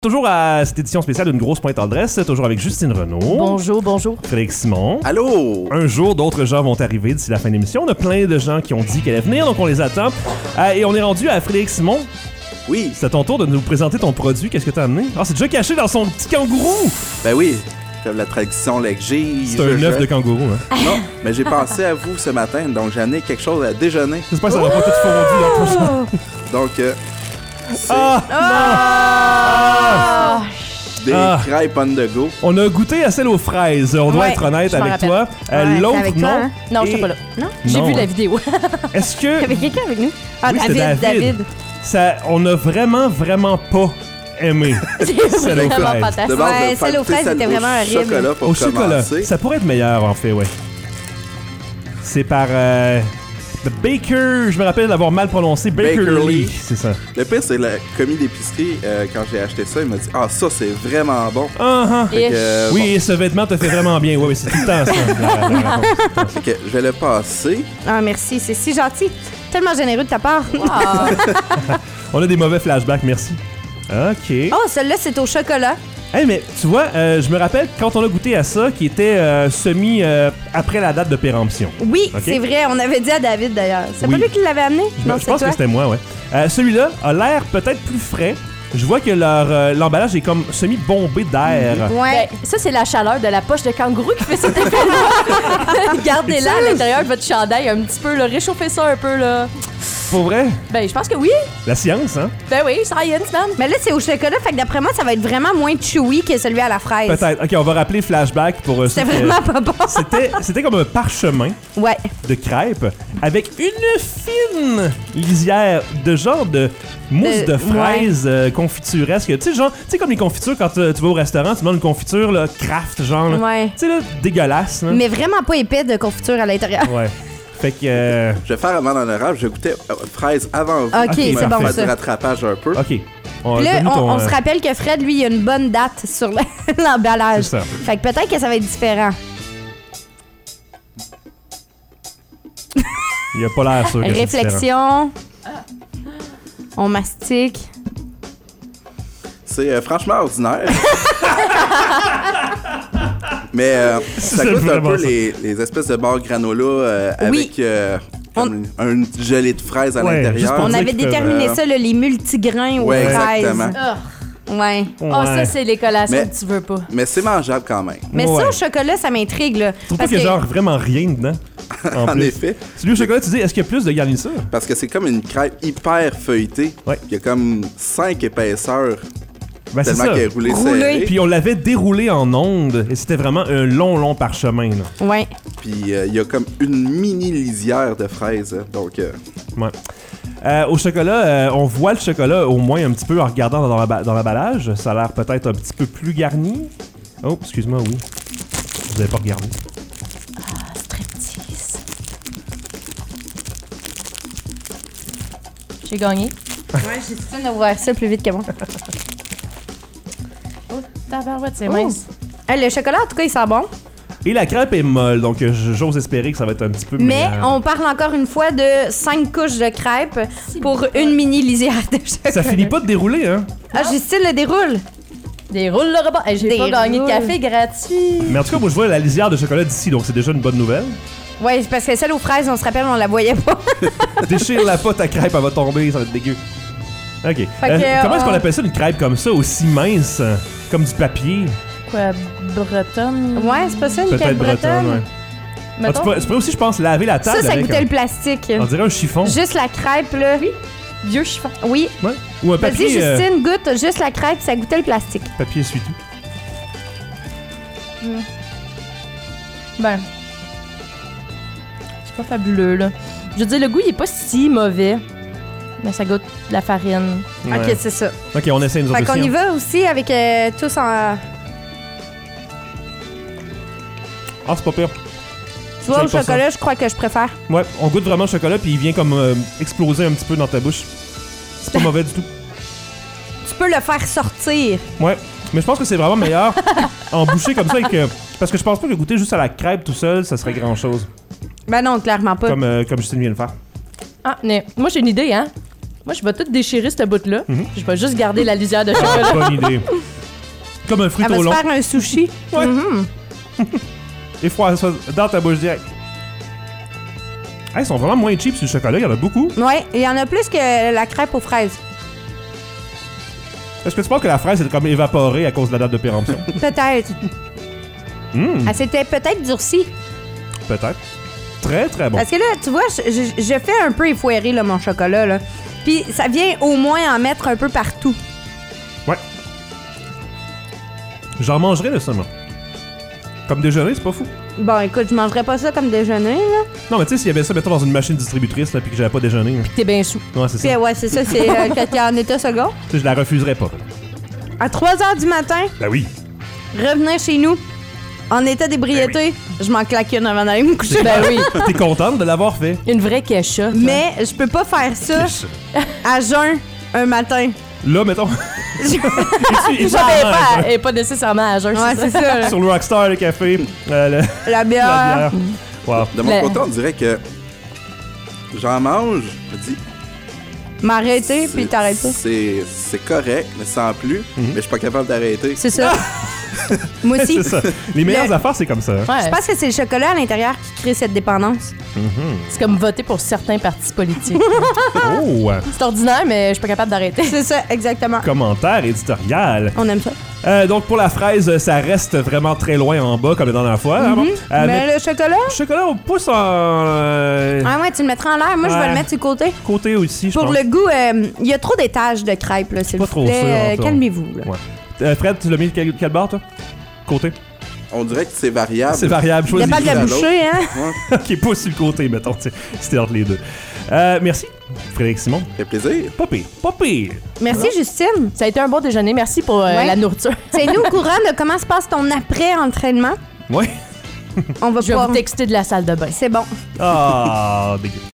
Toujours à cette édition spéciale d'une grosse pointe en dresse, toujours avec Justine Renaud. Bonjour. Frédéric Simon. Allô? Un jour, d'autres gens vont arriver d'ici la fin de l'émission. On a plein de gens qui ont dit qu'elle allait venir, donc on les attend. Et on est rendu à Frédéric Simon. Oui. C'est à ton tour de nous présenter ton produit. Qu'est-ce que t'as amené? Ah, c'est déjà caché dans son petit kangourou! Ben oui, comme la tradition que j'ai. C'est un œuf de kangourou, hein? Non, mais j'ai pensé à vous ce matin, donc j'ai amené quelque chose à déjeuner. J'espère que ça va pas tout fondu dans ton champ. Donc, c'est des crêpes on the go. On a goûté à celle aux fraises, on doit être honnête avec toi. L'autre, avec non. toi, hein? Non, je suis pas là. Non? J'ai vu la vidéo. Est-ce que... Il y avait quelqu'un avec nous? Ah, oui, David. Ça, on a vraiment pas aimé celle aux fraises. De base, Ouais, celle aux fraises était vraiment horrible. Chocolat pour Au chocolat. commencer. Ça pourrait être meilleur, en fait, ouais. C'est par... The Baker, je me rappelle d'avoir mal prononcé, Bakerly, c'est ça. Le pire, c'est le commis d'épicerie, quand j'ai acheté ça, il m'a dit « Ah, ça, c'est vraiment bon. Fait que, Oui, et ce vêtement te fait vraiment bien. Oui, c'est tout le temps ça. Fait que je vais le passer. Ah, merci, c'est si gentil. Tellement généreux de ta part. On a des mauvais flashbacks, merci. OK. Oh, celle-là, c'est au chocolat. Hey, mais tu vois, je me rappelle quand on a goûté à ça, qui était semi après la date de péremption. Oui, Okay. c'est vrai. On avait dit à David, d'ailleurs. C'est Oui. pas lui qui l'avait amené? Non, Je pense toi? que c'était moi, ouais. Celui-là a l'air peut-être plus frais. Je vois que l'emballage est comme semi-bombé d'air. Ouais. Ben, ça, c'est la chaleur de la poche de kangourou qui fait cet effet-là. Gardez-la à l'intérieur de votre chandail un petit peu, là. Réchauffez ça un peu, là. Pour vrai? Ben, je pense que oui. La science, hein? Ben oui, science, man. Mais là, c'est au chocolat, fait que d'après moi, ça va être vraiment moins chewy que celui à la fraise. Peut-être. OK, on va rappeler flashback pour... C'était vraiment pas bon. C'était comme un parchemin Ouais. de crêpes avec une fine lisière de genre de mousse de fraises confituresque. Tu sais, genre, tu sais, comme les confitures quand tu vas au restaurant, tu demandes une confiture, là, craft, genre. Là. Ouais. Tu sais, là, dégueulasse. Là. Mais vraiment pas épais de confiture à l'intérieur. Ouais. Fait que... Je vais faire avant l'honorable, je goûtais fraise avant vous. OK, c'est bon, faire ça. du rattrapage un peu. OK. Puis là, on se rappelle que Fred, lui, il a une bonne date sur l'emballage. C'est ça. Fait que peut-être que ça va être différent. Il a pas l'air sûr que c'est différent. Réflexion. On mastique. C'est franchement ordinaire. Mais ça C'est goûte un vraiment peu ça. les espèces de barres granola Oui. avec comme une gelée de fraises à Ouais, juste l'intérieur. pour On dire avait qu'ils déterminé peuvent, ça, là, les multigrains aux Ouais, fraises. exactement. Ouais. Oh, ça, c'est les collations Mais- que tu veux pas. Mais c'est mangeable quand même. Mais Ouais. ça, au chocolat, ça m'intrigue, là. Je trouve pas Parce qu'il y a que- genre vraiment rien dedans. En En plus. effet. Celui au chocolat, tu dis, est-ce qu'il y a plus de garniture? Parce que c'est comme une crêpe hyper feuilletée. Ouais. Il y a comme 5 épaisseurs Ben, c'est tellement ça. qu'elle est roulée Roulée. serrée. Puis on l'avait déroulé en ondes et c'était vraiment un long parchemin. Là. Ouais. Puis il y a comme une mini lisière de fraises. Donc, Ouais. Au chocolat, on voit le chocolat au moins un petit peu en regardant dans l'emballage. Ça a l'air peut-être un petit peu plus garni. Oh, excuse-moi, oui. Vous avez pas regardé. Striptease. J'ai gagné. Ouais, j'ai dit d'ouvrir ça plus vite que moi. Oh, tabarouette, c'est Oh. mince. Le chocolat, en tout cas, il sent bon. Et la crêpe est molle, donc j'ose espérer que ça va être un petit peu Mais meilleur. on parle encore une fois de 5 couches de crêpes pour une mini lisière de chocolat. Ça finit pas de dérouler, hein? Ah, Justine le déroule. Déroule le repas. Hey, j'ai pas gagné de café gratuit. Mais en tout cas, moi, je vois la lisière de chocolat d'ici, donc c'est déjà une bonne nouvelle. Ouais, c'est parce que celle aux fraises, on se rappelle, on la voyait pas. Déchire la pote à crêpe, elle va tomber, ça va être dégueu. OK. que, Comment est-ce qu'on appelle ça, une crêpe comme ça, aussi mince, comme du papier? Quoi, bretonne? Ouais, c'est pas ça, une Peut-être crêpe bretonne, ouais. Ah, Mettons, tu pourrais aussi, je pense, laver la table Ça avec goûtait un- le plastique. On dirait un chiffon. Juste la crêpe, là. vieux chiffon. Oui. Ouais. Ou un Vas-y, papier, Justine, goûte juste la crêpe, ça goûtait le plastique. papier essuie-tout. Ben, c'est pas fabuleux, là. Je veux dire, le goût, il est pas si mauvais. Mais ça goûte de la farine. Ouais. Ok, c'est ça. OK, on essaie nous Fait autres qu'on aussi, y hein. va aussi avec tous en... Ah, c'est pas pire. Tu vois, au J'aime pas chocolat, je crois que je préfère. Ouais, on goûte vraiment le chocolat, puis il vient comme exploser un petit peu dans ta bouche. C'est pas mauvais du tout. Tu peux le faire sortir. Ouais, mais je pense que c'est vraiment meilleur en boucher comme ça avec... parce que je pense pas que goûter juste à la crêpe tout seul, ça serait grand-chose. Ben non, clairement pas. Comme Justine vient de faire. Ah, mais moi, j'ai une idée, hein. Moi, je vais tout déchirer cette bout-là. Mhm. Je vais juste garder la lisière de Ah, chocolat. bonne idée. Comme un fruit Elle va au se long. faire un sushi. Ouais. Mhm. Et François, dans ta bouche direct. Hey, ils sont vraiment moins cheap sur le chocolat, il y en a beaucoup. Ouais, il y en a plus que la crêpe aux fraises. Est-ce que tu penses que la fraise est comme évaporée à cause de la date de péremption? Peut-être. Elle s'était peut-être durcie. Peut-être. Très, très bon. Parce que là, tu vois, je fais un peu effoirer là, mon chocolat. Là. Puis ça vient au moins en mettre un peu partout. Ouais. J'en mangerai de ça, moi. Comme déjeuner, c'est pas fou. Bon, écoute, je mangerais pas ça comme déjeuner. Là. Non, mais tu sais, s'il y avait ça, mettons, dans une machine distributrice, là, puis que j'avais pas déjeuné. Là. T'es bien sous. Ouais, c'est Puis ça. ouais, c'est ça, c'est quand t'es en état second. Tu sais, je la refuserais pas. À 3h du matin, Ben oui. revenir chez nous, en état d'ébriété, je m'en claque une avant d'aller me coucher. Ben oui. T'es contente de l'avoir fait? Une vraie quecha. Mais je peux pas faire ça à jeun un matin. Là, mettons. Et pas nécessairement à jeun, Ouais, c'est ça. là. Sur le Rockstar, le café, La la bière. bière. Wow. De mon côté, on dirait que j'en mange, je me dis. M'arrêter, puis t'arrêtes pas. C'est correct, mais sans plus. Mais je suis pas capable d'arrêter. C'est ça. Moi aussi. C'est ça. Les meilleures Le- affaires, c'est comme ça. Je Ouais. pense que c'est le chocolat à l'intérieur qui crée cette dépendance. C'est comme voter pour certains partis politiques. Oh! C'est ordinaire, mais je suis pas capable d'arrêter. C'est ça, exactement. Commentaire éditorial. On aime ça. Donc, pour la fraise, ça reste vraiment très loin en bas, comme la dernière fois. Hein, bon. Mais le chocolat? Le chocolat, on pousse en Ah ouais, tu le mettras en l'air. Moi, je vais Ouais. le mettre sur le côté. côté aussi, je Pour pense. le goût, il y a trop d'étages de crêpes, là, s'il Pas vous trop plaît. sûr, en fait. Calmez-vous. là. Ouais. Fred, tu l'as mis quelle barre, toi? Côté? On dirait que c'est variable. C'est variable. Il n'y a Choisis. pas de la à bouchée, hein? Ouais, Qui est pas sur le côté, mettons. C'était entre les deux. Merci, Frédéric Simon. ça fait plaisir. Pas pire. Pas pire. Merci, Justine. Ça a été un bon déjeuner. Merci pour Ouais. la nourriture. Tiens-nous au courant de comment se passe ton après-entraînement. Ouais. On va Je vais pouvoir... vous texter de la salle de bain. C'est bon. Ah, dégueu.